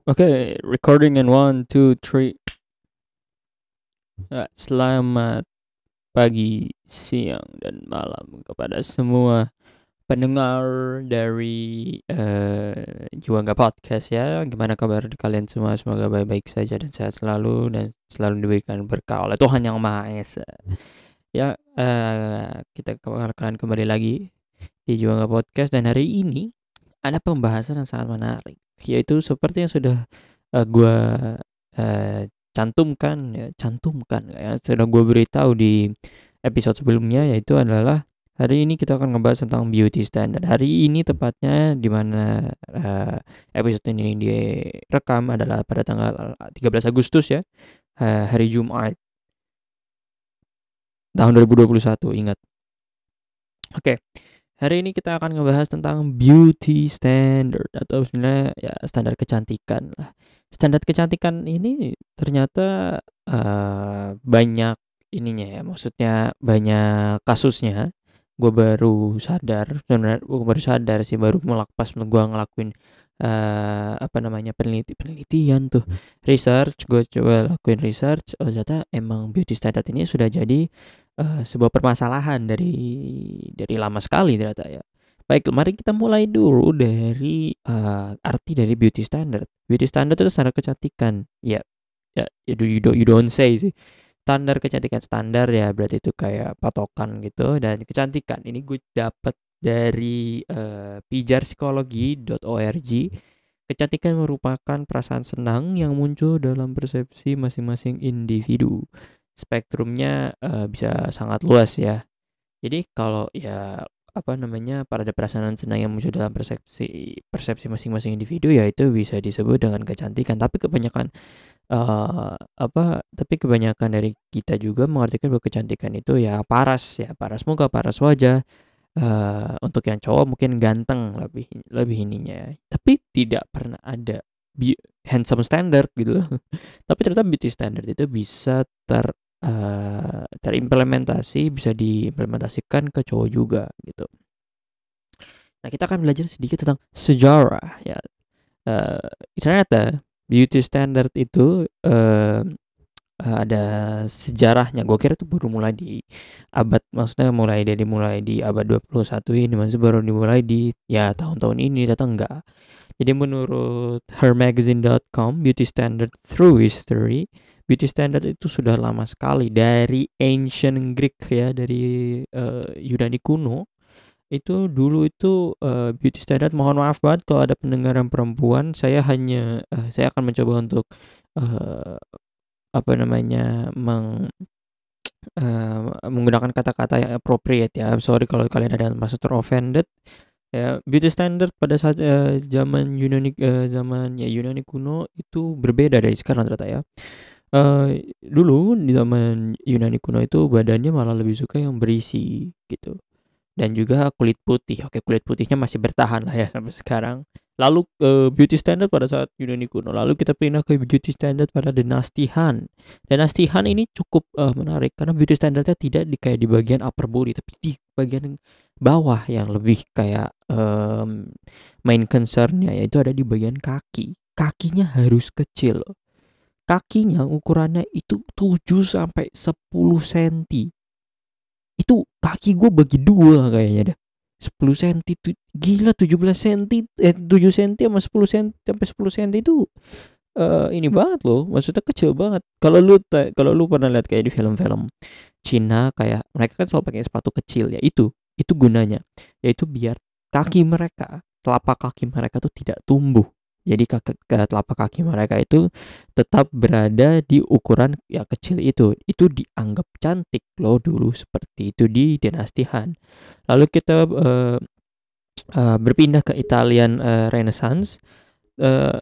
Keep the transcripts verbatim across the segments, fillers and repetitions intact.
Oke, recording in one, two, three. Ya, selamat pagi, siang, dan malam kepada semua pendengar dari eh Juangga Podcast ya. Gimana kabar kalian semua? Semoga baik-baik saja dan sehat selalu dan selalu diberikan berkah oleh Tuhan Yang Maha Esa. Ya, eh kita akan kembali lagi di Juangga Podcast dan hari ini ada pembahasan yang sangat menarik, yaitu seperti yang sudah uh, gue uh, cantumkan ya cantumkan ya sudah gue beritahu di episode sebelumnya, yaitu adalah hari ini kita akan ngebahas tentang beauty standard. Hari ini tepatnya di mana uh, episode ini direkam adalah pada tanggal tiga belas Agustus ya, uh, hari Jumat tahun dua ribu dua puluh satu, ingat. Oke. Hari ini kita akan ngebahas tentang beauty standard atau sebenarnya ya standar kecantikan lah. Standar kecantikan ini ternyata uh, banyak ininya ya, maksudnya banyak kasusnya. Gue baru sadar, sebenarnya gue baru sadar sih, baru mulak pas gue ngelakuin uh, apa namanya peneliti penelitian tuh, research. Gue coba lakuin research, oh ternyata emang beauty standard ini sudah jadi uh, sebuah permasalahan dari dari lama sekali ternyata ya. Baik, mari kita mulai dulu dari uh, arti dari beauty standard. Beauty standard itu standar kecantikan. Ya, ya, ya you don't, you don't say sih. Standar kecantikan, standar ya berarti itu kayak patokan gitu. Dan kecantikan ini gue dapat dari uh, pijar psikologi dot org. Kecantikan merupakan perasaan senang yang muncul dalam persepsi masing-masing individu. Spektrumnya uh, bisa sangat luas ya. Jadi kalau ya apa namanya, pada perasaan senang yang muncul dalam persepsi persepsi masing-masing individu, ya itu bisa disebut dengan kecantikan. Tapi kebanyakan uh, apa tapi kebanyakan dari kita juga mengartikan bahwa kecantikan itu ya paras ya, paras muka, paras wajah. Uh, untuk yang cowok mungkin ganteng, lebih lebih ininya ya. Tapi tidak pernah ada be- handsome standard gitu loh. Tapi ternyata beauty standard itu bisa ter uh, terimplementasi, bisa diimplementasikan ke cowok juga gitu. Nah, kita akan belajar sedikit tentang sejarah ya. Uh, ternyata beauty standard itu uh, ada sejarahnya. Gue kira tuh baru mulai di abad, maksudnya mulai dari mulai di abad dua puluh satu ini, maksudnya baru dimulai di ya tahun-tahun ini, ternyata enggak. Jadi menurut her magazine dot com, beauty standard through history, beauty standard itu sudah lama sekali, dari ancient Greek ya, dari uh, Yunani kuno. Itu dulu itu uh, beauty standard, mohon maaf banget kalau ada pendengar yang perempuan, saya hanya uh, saya akan mencoba untuk uh, apa namanya meng uh, menggunakan kata-kata yang appropriate ya. I'm sorry kalau kalian ada yang merasa teroffended. Ya, beauty standard pada saat uh, zaman Yunani uh, zaman ya Yunani kuno itu berbeda dari sekarang ternyata ya. Uh, dulu di zaman Yunani kuno itu badannya malah lebih suka yang berisi gitu. Dan juga kulit putih. Oke, kulit putihnya masih bertahan lah ya sampai sekarang. Lalu uh, beauty standard pada saat Yunani kuno. Lalu kita pindah ke beauty standard pada dinasti Han. Dinasti Han ini cukup uh, menarik karena beauty standardnya tidak di kayak di bagian upper body, tapi di bagian bawah yang lebih kayak um, main concernnya, yaitu ada di bagian kaki. Kakinya harus kecil. Kakinya ukurannya itu tujuh sampai sepuluh senti. Itu kaki gue bagi dua kayaknya dah. Sepuluh senti tuh gila, tujuh belas senti, eh tujuh senti sama sepuluh senti, sampai sepuluh senti itu uh, ini banget loh, maksudnya kecil banget. Kalau lu ta- kalau lu pernah lihat kayak di film-film Cina, kayak mereka kan selalu pakai sepatu kecil ya, itu itu gunanya, yaitu biar kaki mereka, telapak kaki mereka tuh tidak tumbuh. Jadi kaki, ke telapak kaki mereka itu tetap berada di ukuran ya kecil itu. Itu dianggap cantik loh dulu, seperti itu di dinasti Han. Lalu kita uh, uh, berpindah ke Italian uh, Renaissance. Uh,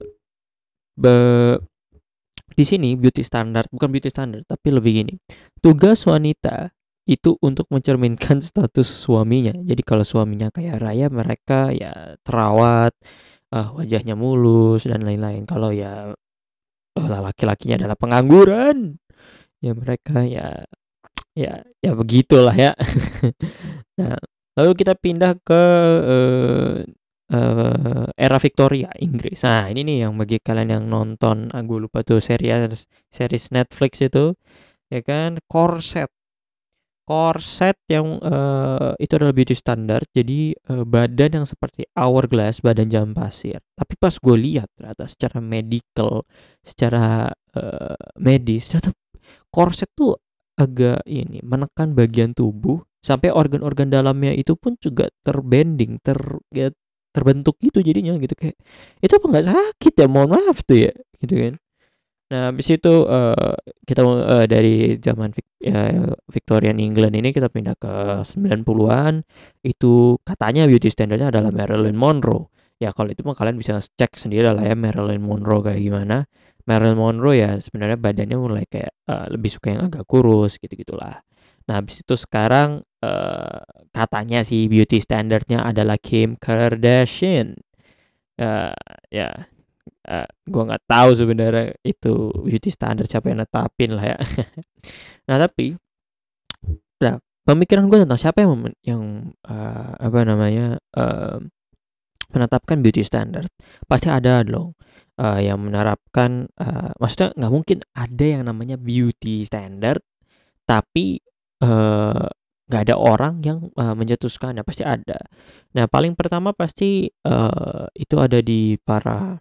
be- di sini beauty standard bukan beauty standard tapi lebih gini. Tugas wanita itu untuk mencerminkan status suaminya. Jadi kalau suaminya kaya raya, mereka ya terawat, uh, wajahnya mulus dan lain-lain. Kalau ya uh, laki-lakinya adalah pengangguran, ya mereka ya ya ya begitulah ya. Nah, lalu kita pindah ke uh, eee, era Victoria, Inggris. Nah, ini nih yang bagi kalian yang nonton, ah, gue lupa tuh series series Netflix itu, ya kan, Corset. Corset yang, eee, itu adalah beauty standard, jadi, eee, badan yang seperti hourglass, badan jam pasir. Tapi pas gue lihat ternyata secara medical, secara, eee, medis, ternyata corset tuh agak ini, menekan bagian tubuh sampai organ-organ dalamnya itu pun juga terbending, ter ya terbentuk gitu jadinya gitu, kayak, "Itu apa nggak sakit ya? Mohon maaf tuh ya," gitu kan. Nah, habis itu, eee, kita, eee, dari zaman Vic ya Victorian England ini kita pindah ke sembilan puluhan, itu katanya beauty standard-nya adalah Marilyn Monroe. Ya kalau itu mah kalian bisa cek sendiri lah ya Marilyn Monroe kayak gimana. Marilyn Monroe ya sebenarnya badannya mulai kayak, eee, lebih suka yang agak kurus gitu-gitulah. Nah, habis itu sekarang, eee, katanya sih beauty standard-nya adalah Kim Kardashian. Eee, ya Eee, gua nggak tahu sebenarnya itu beauty standard siapa yang netapin lah ya. Nah tapi, nah pemikiran gue tentang siapa yang memen yang, eee, apa namanya, mmm, menetapkan beauty standard, pasti ada dong, eee, yang menerapkan, eee, maksudnya nggak mungkin ada yang namanya beauty standard tapi, eee, nggak ada orang yang, eee, mencetuskannya, pasti ada. Nah paling pertama pasti, eee, itu ada di para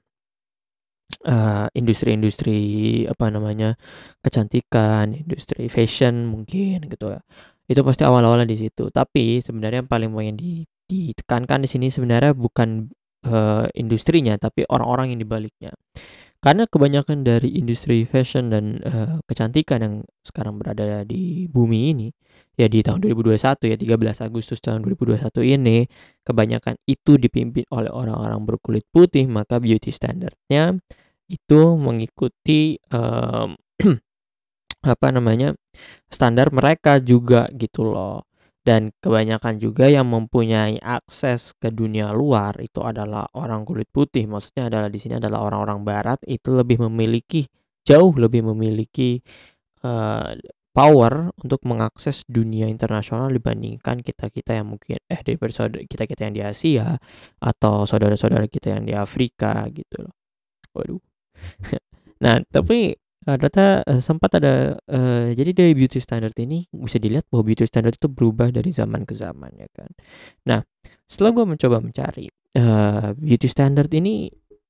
Eee, industri-industri apa namanya, kecantikan, industri fashion mungkin gitu ya. Itu pasti awal-awalnya di situ. Tapi sebenarnya yang paling pengen di ditekankan di sini sebenarnya bukan, eee, industrinya, tapi orang-orang yang di baliknya. Karena kebanyakan dari industri fashion dan, eee, kecantikan yang sekarang berada di bumi ini, ya di tahun dua ribu dua puluh satu ya, tiga belas Agustus tahun dua ribu dua puluh satu ini, kebanyakan itu dipimpin oleh orang-orang berkulit putih, maka beauty standard-nya itu mengikuti, mmm, apa namanya, standar mereka juga gitu loh. Dan kebanyakan juga yang mempunyai akses ke dunia luar itu adalah orang kulit putih, maksudnya adalah di sini adalah orang-orang barat itu lebih memiliki, jauh lebih memiliki, eee, power untuk mengakses dunia internasional dibandingkan kita-kita yang mungkin eh, daripada sauda kita-kita yang di Asia atau saudara-saudara kita yang di Afrika gitu loh. Waduh. Nah, tapi, eee, ternyata, eee, sempat ada, eee, jadi dari beauty standard ini bisa dilihat bahwa beauty standard itu berubah dari zaman ke zaman ya kan. Nah, setelah gue mencoba mencari, eee, beauty standard ini,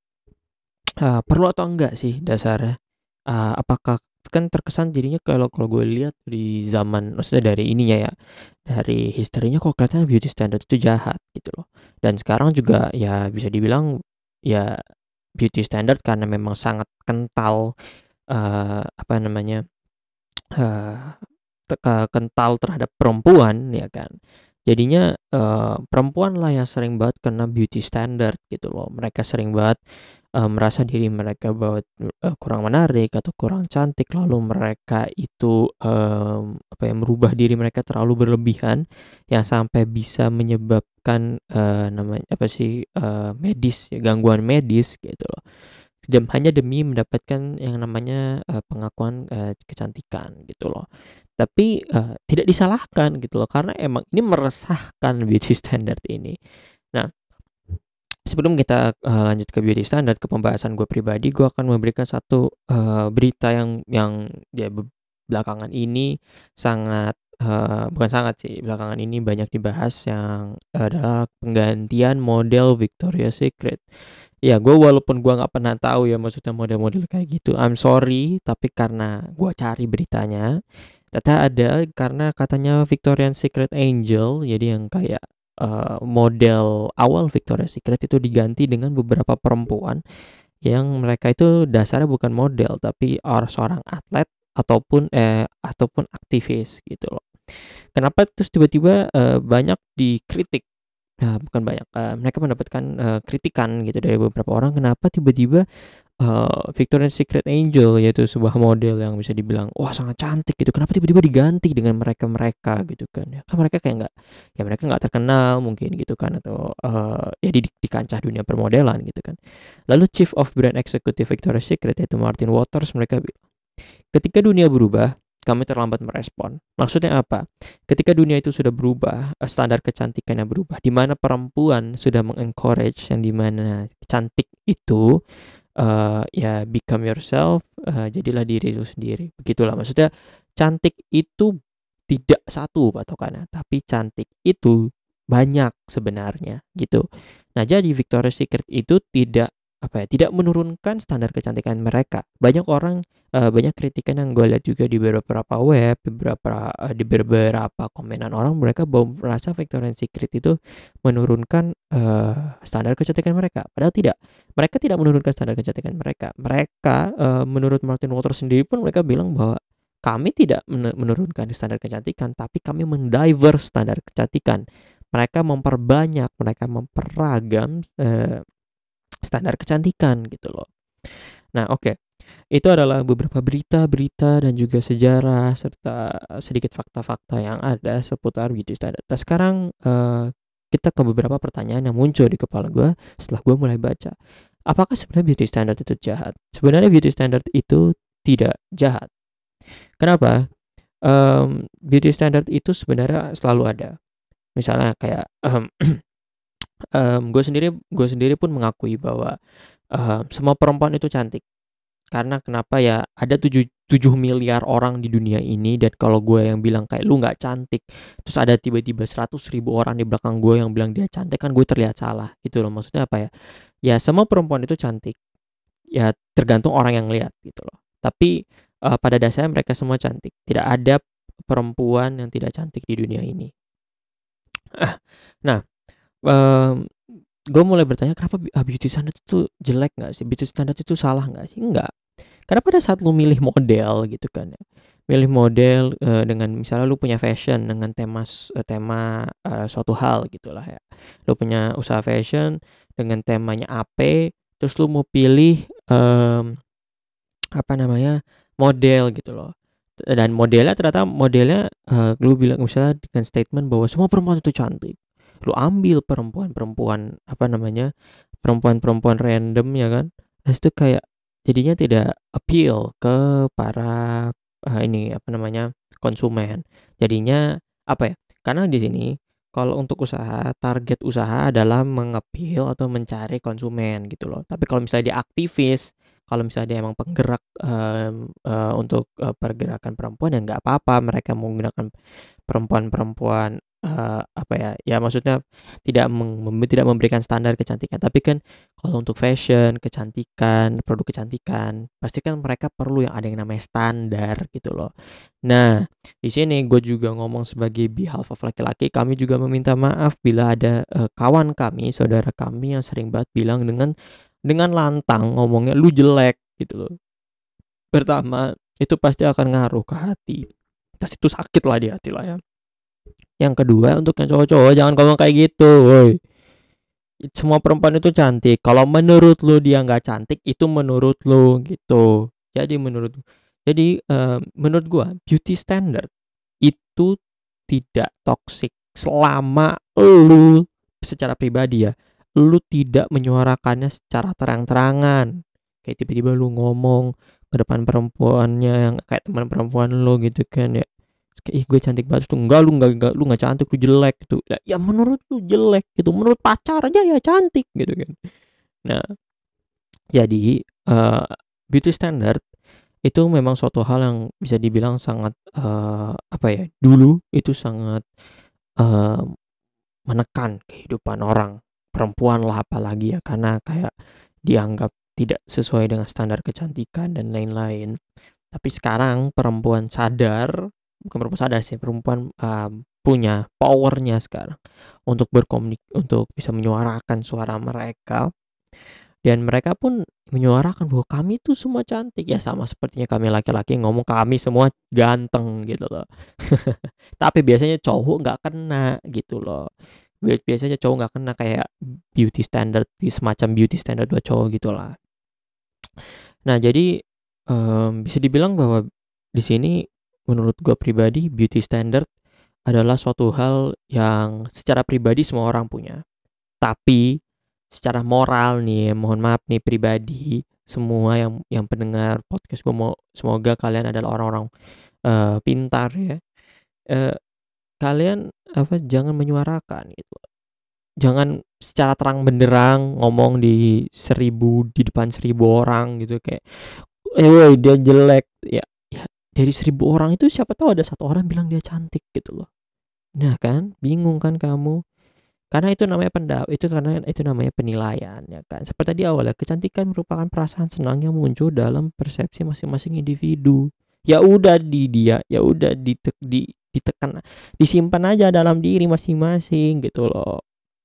eee, perlu atau enggak sih dasarnya? Eee, apakah kan terkesan jadinya kalau kalau gue lihat di zaman maksudnya dari ininya ya, dari historinya kok kelihatannya beauty standard itu jahat gitu loh. Dan sekarang juga ya bisa dibilang ya beauty standard karena memang sangat kental, eee, apa namanya, eee, te eee, kental terhadap perempuan ya kan. Jadinya, eee, perempuanlah yang sering banget kena beauty standard gitu loh. Mereka sering banget, eee, merasa diri mereka bahwa, eee, kurang menarik atau kurang cantik, lalu mereka itu, mmm, apa ya, merubah diri mereka terlalu berlebihan, yang sampai bisa menyebabkan, eee, namanya apa sih, eee, medis ya, gangguan medis gitu loh. Dem hanya demi mendapatkan yang namanya, eee, pengakuan, eee, kecantikan gitu loh. Tapi, eee, tidak disalahkan gitu loh, karena emang ini meresahkan beauty standard ini. Nah, sebelum kita, eee, lanjut ke beauty standard, ke pembahasan gue pribadi, gue akan memberikan satu, eee, berita yang yang ya be belakangan ini sangat, eee, bukan sangat sih, belakangan ini banyak dibahas yang adalah penggantian model Victoria's Secret. Ya gue walaupun gue nggak pernah tahu ya maksudnya model-model kayak gitu, I'm sorry, tapi karena gue cari beritanya, ternyata ada karena katanya Victoria's Secret Angel, jadi yang kayak, eee, model awal Victoria's Secret itu diganti dengan beberapa perempuan yang mereka itu dasarnya bukan model, tapi or seorang atlet ataupun, eh, ataupun aktivis gitu loh. Kenapa terus tiba-tiba, eee, banyak dikritik. Nah, bukan banyak, eee, mereka mendapatkan, eee, kritikan gitu dari beberapa orang, kenapa tiba-tiba, eee, Victoria's Secret Angel, yaitu sebuah model yang bisa dibilang, wah sangat cantik gitu, kenapa tiba-tiba diganti dengan mereka-mereka gitu kan ya. Kan mereka kayak nggak ya mereka nggak terkenal mungkin gitu kan atau, eee, ya di di kancah dunia permodelan gitu kan. Lalu Chief of Brand Executive Victoria's Secret yaitu Martin Waters mereka bilang, "Ketika dunia berubah, kami terlambat merespon. Maksudnya apa? Ketika dunia itu sudah berubah, eh, standar kecantikannya berubah, di mana perempuan sudah mengencourage yang di mana cantik itu eh, ya become yourself, eh, jadilah diri itu sendiri. Begitulah maksudnya cantik itu tidak satu patokannya, tapi cantik itu banyak sebenarnya gitu. Nah, jadi Victoria's Secret itu tidak apa ya, tidak menurunkan standar kecantikan mereka. Banyak orang eh, banyak kritikan yang gue lihat juga di beberapa web, beberapa eh, di beberapa komenan orang, mereka bahwa merasa Victoria's Secret itu menurunkan eh, standar kecantikan mereka. Padahal tidak. Mereka tidak menurunkan standar kecantikan mereka. Mereka eh, menurut Martin Waters sendiri pun mereka bilang bahwa kami tidak men- menurunkan standar kecantikan, tapi kami mendiverse standar kecantikan. Mereka memperbanyak, mereka memperagam eh, standar kecantikan gitu loh. Nah, oke. Okay. Itu adalah beberapa berita-berita dan juga sejarah serta sedikit fakta-fakta yang ada seputar beauty standard. Nah, sekarang uh, kita ke beberapa pertanyaan yang muncul di kepala gue setelah gue mulai baca. Apakah sebenarnya beauty standard itu jahat? Sebenarnya beauty standard itu tidak jahat. Kenapa? Um, beauty standard itu sebenarnya selalu ada. Misalnya kayak um, um, gue sendiri gue sendiri pun mengakui bahwa um, semua perempuan itu cantik. Karena kenapa ya, ada tujuh, tujuh miliar orang di dunia ini, dan kalau gue yang bilang kayak lu gak cantik, terus ada tiba-tiba seratus ribu orang di belakang gue yang bilang dia cantik, kan gue terlihat salah gitu loh. Maksudnya apa ya, ya semua perempuan itu cantik, ya tergantung orang yang lihat gitu loh. Tapi uh, pada dasarnya mereka semua cantik. Tidak ada perempuan yang tidak cantik di dunia ini. Nah, um, gue mulai bertanya, kenapa beauty standard itu jelek gak sih? Beauty standard itu salah gak sih? Enggak. Karena pada saat lu milih model gitu kan ya, milih model uh, dengan misalnya lu punya fashion dengan tema uh, tema uh, suatu hal gitulah ya. Lu punya usaha fashion dengan temanya A P, terus lu mau pilih um, apa namanya, model gitu loh. Dan modelnya ternyata modelnya uh, lu bilang misalnya dengan statement bahwa semua perempuan itu cantik. Lu ambil perempuan-perempuan apa namanya, perempuan-perempuan random ya kan. Terus itu kayak jadinya tidak appeal ke para uh, ini apa namanya, konsumen. Jadinya apa ya? Karena di sini kalau untuk usaha, target usaha adalah mengepil atau mencari konsumen gitu loh. Tapi kalau misalnya dia aktivis, kalau misalnya dia emang penggerak um, uh, untuk uh, pergerakan perempuan, ya nggak apa-apa mereka menggunakan perempuan-perempuan uh, apa ya? Ya maksudnya tidak mem- tidak memberikan standar kecantikan. Tapi kan kalau untuk fashion, kecantikan, produk kecantikan, pasti kan mereka perlu yang ada yang namanya standar gitu loh. Nah, di sini gue juga ngomong sebagai behalf of laki-laki, kami juga meminta maaf bila ada uh, kawan kami, saudara kami yang sering banget bilang dengan dengan lantang ngomongnya lu jelek gitu loh. Pertama, itu pasti akan ngaruh ke hati. Pasti itu sakit lah di hati lah ya. Yang kedua, untuk yang cowok-cowok jangan ngomong kayak gitu, woi. Semua perempuan itu cantik. Kalau menurut lu dia nggak cantik, itu menurut lu gitu. Jadi menurut jadi uh, menurut gua beauty standard itu tidak toksik selama lu secara pribadi ya, lu tidak menyuarakannya secara terang-terangan. Kayak tiba-tiba lu ngomong ke depan perempuannya yang kayak teman perempuan lu gitu kan ya. Kayak, ih gue cantik banget tuh, enggak lu enggak, enggak lu enggak cantik, lu jelek gitu. Ya, ya menurut lu jelek gitu, menurut pacar aja ya cantik gitu kan. Nah, jadi uh, beauty standard itu memang suatu hal yang bisa dibilang sangat uh, apa ya, dulu itu sangat uh, menekan kehidupan orang, perempuan lah apalagi ya, karena kayak dianggap tidak sesuai dengan standar kecantikan dan lain-lain. Tapi sekarang perempuan sadar, bukan perempuan sadar sih, perempuan uh, punya powernya sekarang untuk berkomunik, untuk bisa menyuarakan suara mereka, dan mereka pun menyuarakan bahwa kami tuh semua cantik ya, sama sepertinya kami laki-laki ngomong kami semua ganteng gitu loh. Tapi biasanya cowok nggak kena gitu loh. Biasanya cowok nggak kena kayak beauty standard, semacam beauty standard buat cowok gitulah. Nah, jadi um, bisa dibilang bahwa di sini menurut gue pribadi beauty standard adalah suatu hal yang secara pribadi semua orang punya. Tapi secara moral nih, mohon maaf nih pribadi semua yang yang pendengar podcast gue, mau semoga kalian adalah orang-orang eee, pintar ya, eee, kalian apa, jangan menyuarakan gitu. Jangan secara terang benderang ngomong di seribu di depan seribu orang gitu kayak, "Eh, woi dia jelek." Ya ya dari seribu orang itu siapa tahu ada satu orang bilang dia cantik gitu loh. Nah kan, bingung kan kamu? Karena itu namanya pendap itu karena itu namanya penilaian ya kan. Seperti di awal ya, kecantikan merupakan perasaan senang yang muncul dalam persepsi masing-masing individu. Ya udah di dia, ya udah ditek di ditekan disimpan aja dalam diri masing-masing gitu loh.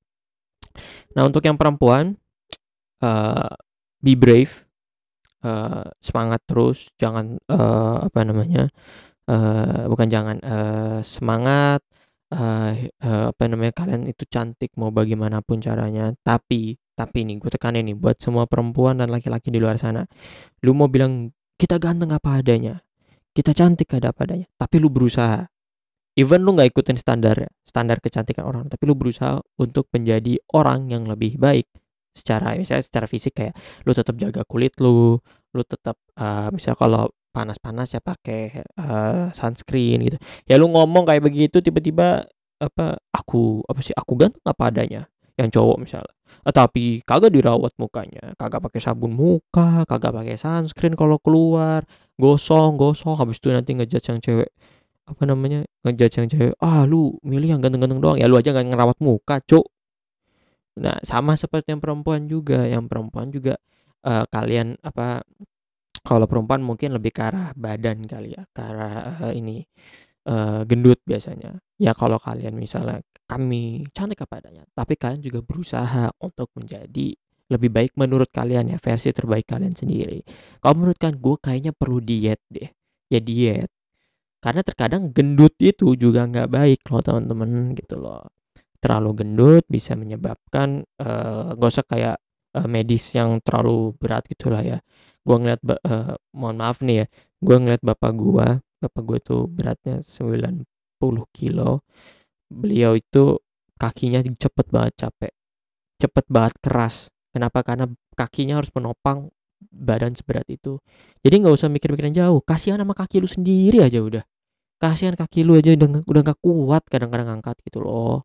Nah, untuk yang perempuan, eee, be brave, eee, semangat terus, jangan, eee, apa namanya, eee, bukan jangan, eee, semangat, eee eee, apa namanya, kalian itu cantik mau bagaimanapun caranya, tapi tapi nih gue tekanin nih buat semua perempuan dan laki-laki di luar sana, lu mau bilang, "Kita ganteng apa adanya, kita cantik ada apa adanya," tapi lu berusaha. Even lu nggak ikutin standar standar kecantikan orang, tapi lu berusaha untuk menjadi orang yang lebih baik secara misalnya secara fisik kayak lu tetap jaga kulit lu, lu tetap, eee, misal kalau panas-panas ya pakai, eee, sunscreen gitu. Ya lu ngomong kayak begitu tiba-tiba apa, "Aku apa sih, aku ganteng apa adanya," yang cowok misalnya, eee, tapi kagak dirawat mukanya, kagak pakai sabun muka, kagak pakai sunscreen kalau keluar, gosong-gosong, habis itu nanti nge-judge yang cewek apa namanya, nge-judge yang cewek, "Ah, lu milih yang ganteng-ganteng doang, ya lu aja nggak ngerawat muka, Cuk." Nah, sama seperti yang perempuan juga, yang perempuan juga, eee, kalian apa, kalau perempuan mungkin lebih ke arah badan kali ya, ke arah, eee, ini, eee, gendut biasanya. Ya kalau kalian misalnya, "Kami cantik apa adanya," tapi kalian juga berusaha untuk menjadi lebih baik menurut kalian ya, versi terbaik kalian sendiri. Kalau menurut kan "Gue kayaknya perlu diet deh." Ya diet. Karena terkadang gendut itu juga nggak baik loh teman-teman gitu loh. Terlalu gendut bisa menyebabkan, eee, nggak usah kayak, eee, medis yang terlalu berat gitulah ya. Gua ngeliat ba eee, mohon maaf nih ya, gua ngeliat bapak gua, bapak gua tuh beratnya sembilan puluh kilo. Beliau itu kakinya cepet banget capek, cepet banget keras. Kenapa? Karena kakinya harus menopang badan seberat itu. Jadi nggak usah mikir-mikir yang jauh, kasihan sama kaki lu sendiri aja udah. Kasihan kaki lu aja udah udah nggak kuat kadang-kadang angkat gitu loh.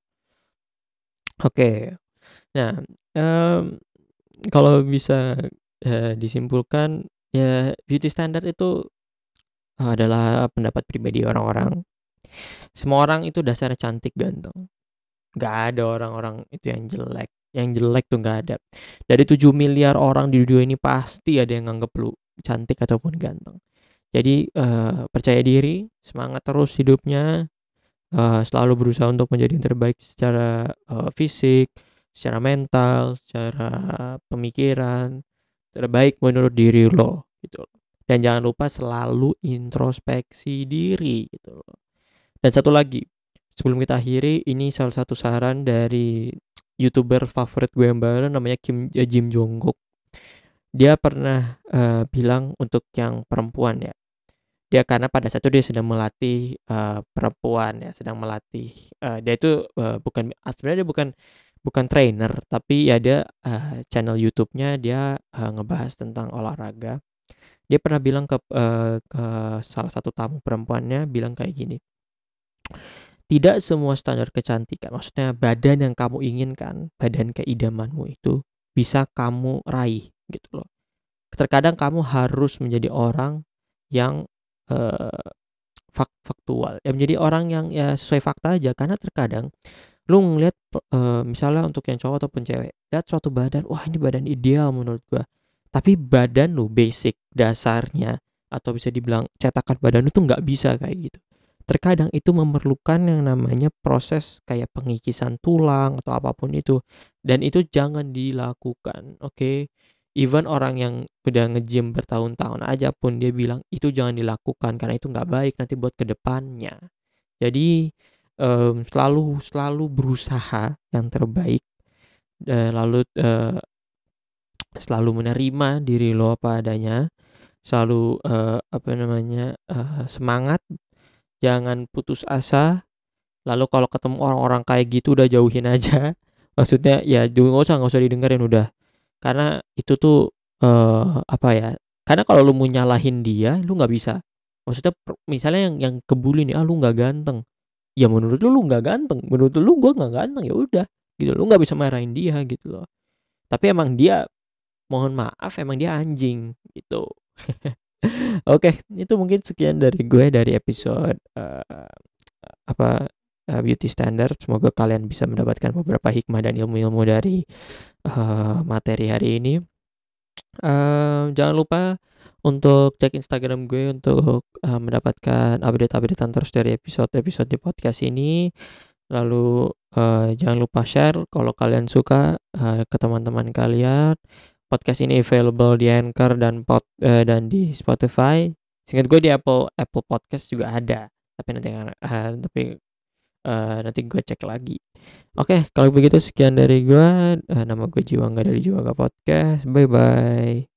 Oke. Nah, mmm, kalau bisa, eee, disimpulkan ya beauty standard itu adalah pendapat pribadi orang-orang. Semua orang itu dasarnya cantik, ganteng. Nggak ada orang-orang itu yang jelek. Yang jelek tuh nggak ada. Dari tujuh miliar orang di dunia ini pasti ada yang nganggep lu cantik ataupun ganteng. Jadi, eee, percaya diri, semangat terus hidupnya. Eee, selalu berusaha untuk menjadi yang terbaik secara, eee, fisik, secara mental, secara pemikiran, terbaik menurut diri lo, gitu loh. Dan jangan lupa selalu introspeksi diri, gitu loh. Dan satu lagi, sebelum kita akhiri, ini salah satu saran dari YouTuber favorit gue yang baru namanya Kim eee, Jim Jongkook. Dia pernah, eee, bilang untuk yang perempuan ya, dia karena pada saat itu dia sedang melatih, eee, perempuan ya, sedang melatih, eee, dia itu, eee, bukan ah, sebenarnya dia bukan bukan trainer, tapi ya dia, eee, channel YouTube-nya dia, eee, ngebahas tentang olahraga. Dia pernah bilang ke eee, ke salah satu tamu perempuannya bilang kayak gini, "Tidak semua standar kecantikan, maksudnya badan yang kamu inginkan, badan keidamanmu itu bisa kamu raih," gitu loh. Terkadang kamu harus menjadi orang yang, eee Fak faktual, ya menjadi orang yang ya sesuai fakta aja karena terkadang lu ngelihat pe eee, misalnya untuk yang cowok ataupun cewek, lihat suatu badan, wah ini badan ideal menurut gua. Tapi badan lu basic dasarnya atau bisa dibilang cetakan badan lu tuh nggak bisa kayak gitu. Terkadang itu memerlukan yang namanya proses kayak pengikisan tulang atau apapun itu dan itu jangan dilakukan, oke? Even orang yang udah nge-gym bertahun-tahun aja pun dia bilang, "Itu jangan dilakukan karena itu nggak baik nanti buat ke depannya." Jadi, mmm, selalu selalu berusaha yang terbaik, eee, lalu, eee, selalu menerima diri lo apa adanya, selalu, eee, apa namanya, eee, semangat, jangan putus asa, lalu kalau ketemu orang-orang kayak gitu udah jauhin aja. Maksudnya ya ju nggak usah nggak usah didengerin udah. Karena itu tuh, eee, apa ya, karena kalau lu mau nyalahin dia, lu nggak bisa. Maksudnya per misalnya yang yang ke-bully nih, "Ah, lu nggak ganteng." Ya menurut lu, lu nggak ganteng, menurut lu gua nggak ganteng, ya udah gitu. Lu nggak bisa marahin dia gitu loh. Tapi emang dia, mohon maaf, emang dia anjing gitu. Oke, itu mungkin sekian dari gue dari episode, eee, apa, eee, beauty standard. Semoga kalian bisa mendapatkan beberapa hikmah dan ilmu-ilmu dari, eee, materi hari ini. Eee, jangan lupa untuk cek Instagram gue untuk, eee, mendapatkan update-update-an terus dari episode-episode di podcast ini. Lalu, eee, jangan lupa share kalau kalian suka, eee, ke teman-teman kalian. Podcast ini available di Anchor dan pod eee, dan di Spotify. Seingat gue di Apple Apple Podcast juga ada, tapi nanti eee, tapi, eee, nanti gue cek lagi. Oke, kalau begitu sekian dari gue, eee, nama gue Jiwangga dari Jiwangga Podcast. Bye-bye.